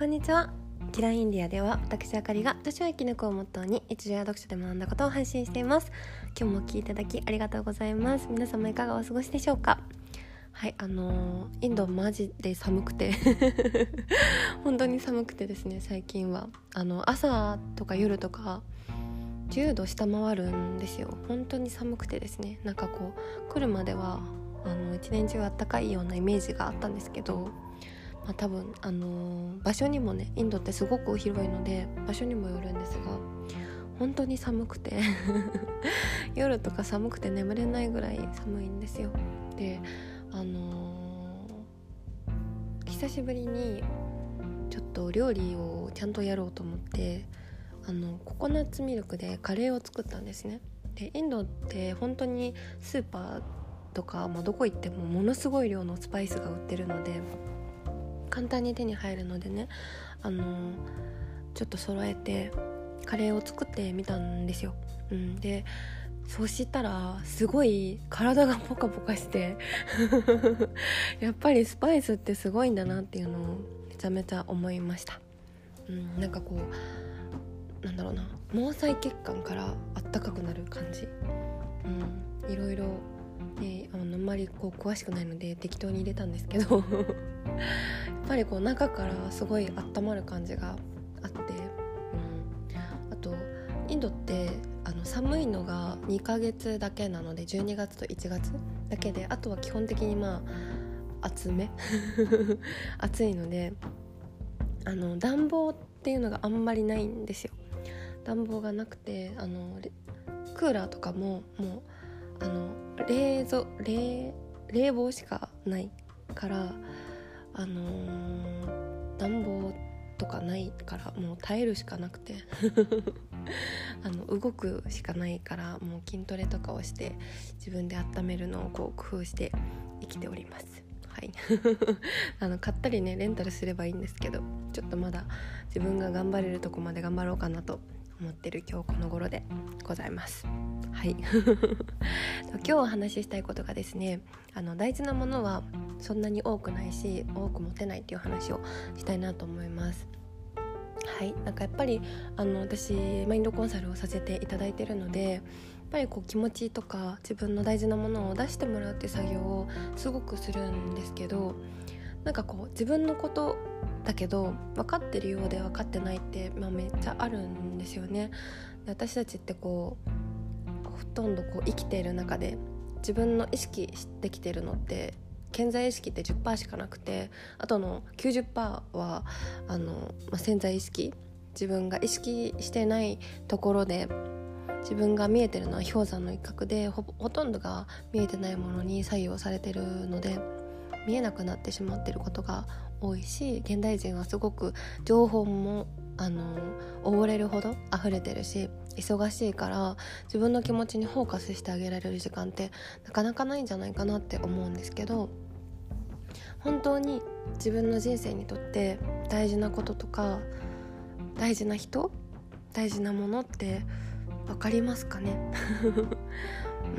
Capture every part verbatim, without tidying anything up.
こんにちは。キラインディアでは私あかりが女子を生き抜くをモットーに日常や読書で学んだことを配信しています。今日もお聞きいただきありがとうございます。皆様いかがお過ごしでしょうか。はいあのー、インドマジで寒くて本当に寒くてですね、最近はあの朝とか夜とかじゅうど下回るんですよ。本当に寒くてですね、なんかこう来るまではあの一年中あったかいようなイメージがあったんですけど、まあ、多分、あのー、場所にもね、インドってすごく広いので場所にもよるんですが、本当に寒くて夜とか寒くて眠れないぐらい寒いんですよ。で、あのー、久しぶりにちょっと料理をちゃんとやろうと思ってあのココナッツミルクでカレーを作ったんですね。で、インドって本当にスーパーとか、まあ、どこ行ってもものすごい量のスパイスが売ってるので簡単に手に入るのでね、あのー、ちょっと揃えてカレーを作ってみたんですよ、うん、でそうしたらすごい体がポカポカしてやっぱりスパイスってすごいんだなっていうのをめちゃめちゃ思いました、うん、なんかこうなんだろうな、毛細血管からあったかくなる感じ、うん、いろいろね、あのあんまりこう詳しくないので適当に入れたんですけどやっぱりこう中からすごい温まる感じがあって、うん、あとインドってあの寒いのがにかげつだけなのでじゅうにがつといちがつだけで、あとは基本的にまあ暑め暑いので、あの暖房っていうのがあんまりないんですよ。暖房がなくて、あのクーラーとかももうあの冷蔵 冷, 冷房しかないから、あのー、暖房とかないからもう耐えるしかなくてあの動くしかないから、もう筋トレとかをして自分で温めるのをこう工夫して生きております。はいあの買ったりねレンタルすればいいんですけど、ちょっとまだ自分が頑張れるとこまで頑張ろうかなと思ってる今日この頃でございます。はい今日お話ししたいことがですね、あの大事なものはそんなに多くないし多く持てないっていう話をしたいなと思います。はい、なんかやっぱりあの私マインドコンサルをさせていただいているので、やっぱりこう気持ちとか自分の大事なものを出してもらうっていう作業をすごくするんですけど、なんかこう自分のことだけど分かってるようで分かってないって、まあ、めっちゃあるんですよね。で、私たちってこうほとんどこう生きている中で自分の意識してきてるのって潜在意識って じゅっパーセント しかなくて、あとの きゅうじゅっパーセント はあの、まあ、潜在意識、自分が意識してないところで自分が見えてるのは氷山の一角で ほ, ほとんどが見えてないものに左右されてるので見えなくなってしまってることが多いし、現代人はすごく情報もあの溺れるほど溢れてるし忙しいから、自分の気持ちにフォーカスしてあげられる時間ってなかなかないんじゃないかなって思うんですけど、本当に自分の人生にとって大事なこととか大事な人、大事なものって分かりますかねうん、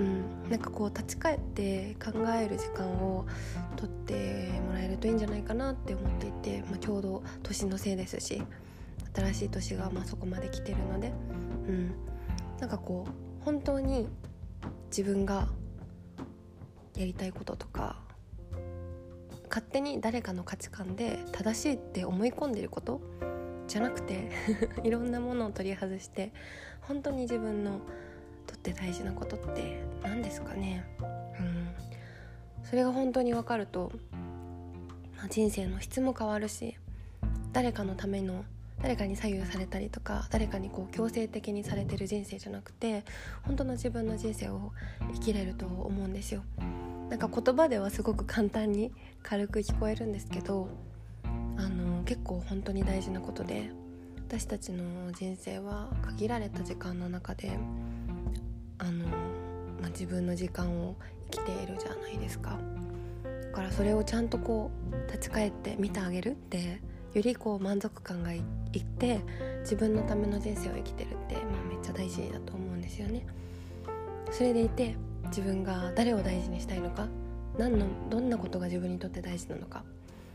なんかこう立ち返って考える時間を取ってもらえるといいんじゃないかなって思っていて、まあ、ちょうど年のせいですし新しい年がまあそこまで来てるので、うん、なんかこう本当に自分がやりたいこととか勝手に誰かの価値観で正しいって思い込んでることじゃなくていろんなものを取り外して本当に自分のとって大事なことって何ですかね、うん、それが本当に分かると、まあ、人生の質も変わるし、誰かのための誰かに左右されたりとか誰かにこう強制的にされてる人生じゃなくて本当の自分の人生を生きれると思うんですよ。なんか言葉ではすごく簡単に軽く聞こえるんですけど、あの結構本当に大事なことで、私たちの人生は限られた時間の中であの、まあ、自分の時間を生きているじゃないですか。だからそれをちゃんとこう立ち返って見てあげるってよりこう満足感がいって自分のための人生を生きてるって、まあ、めっちゃ大事だと思うんですよね。それでいて自分が誰を大事にしたいのか、何のどんなことが自分にとって大事なのか、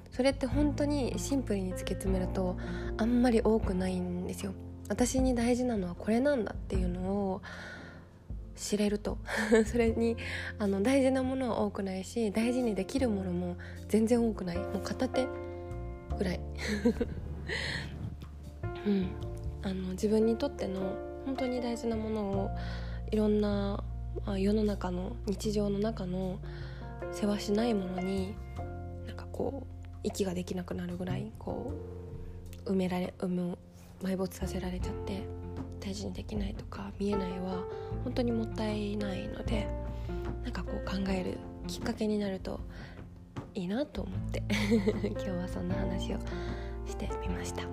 それって本当にシンプルに突き詰めるとあんまり多くないんですよ。私に大事なのはこれなんだっていうのを知れるとそれにあの大事なものは多くないし、大事にできるものも全然多くない、もう片手ぐらい、うん、あの自分にとっての本当に大事なものをいろんな世の中の日常の中の世話しないものになんかこう息ができなくなるぐらいこう埋められ埋む埋没させられちゃって大事にできないとか見えないは本当にもったいないので、なんかこう考えるきっかけになるといいなと思って今日はそんな話をしてみました。うん、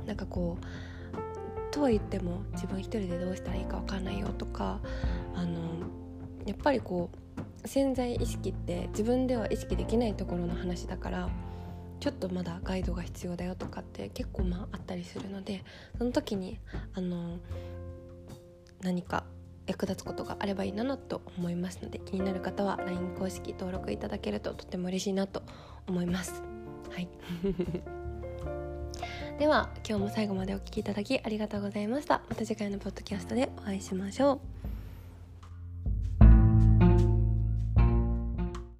なんかこうとは言っても自分一人でどうしたらいいか分かんないよとか、あのやっぱりこう潜在意識って自分では意識できないところの話だから、ちょっとまだガイドが必要だよとかって結構まああったりするので、その時にあの何か役立つことがあればいいなと思いますので、気になる方は ライン 公式登録いただけるととても嬉しいなと思います。はいでは今日も最後までお聞きいただきありがとうございました。また次回のポッドキャストでお会いしましょう。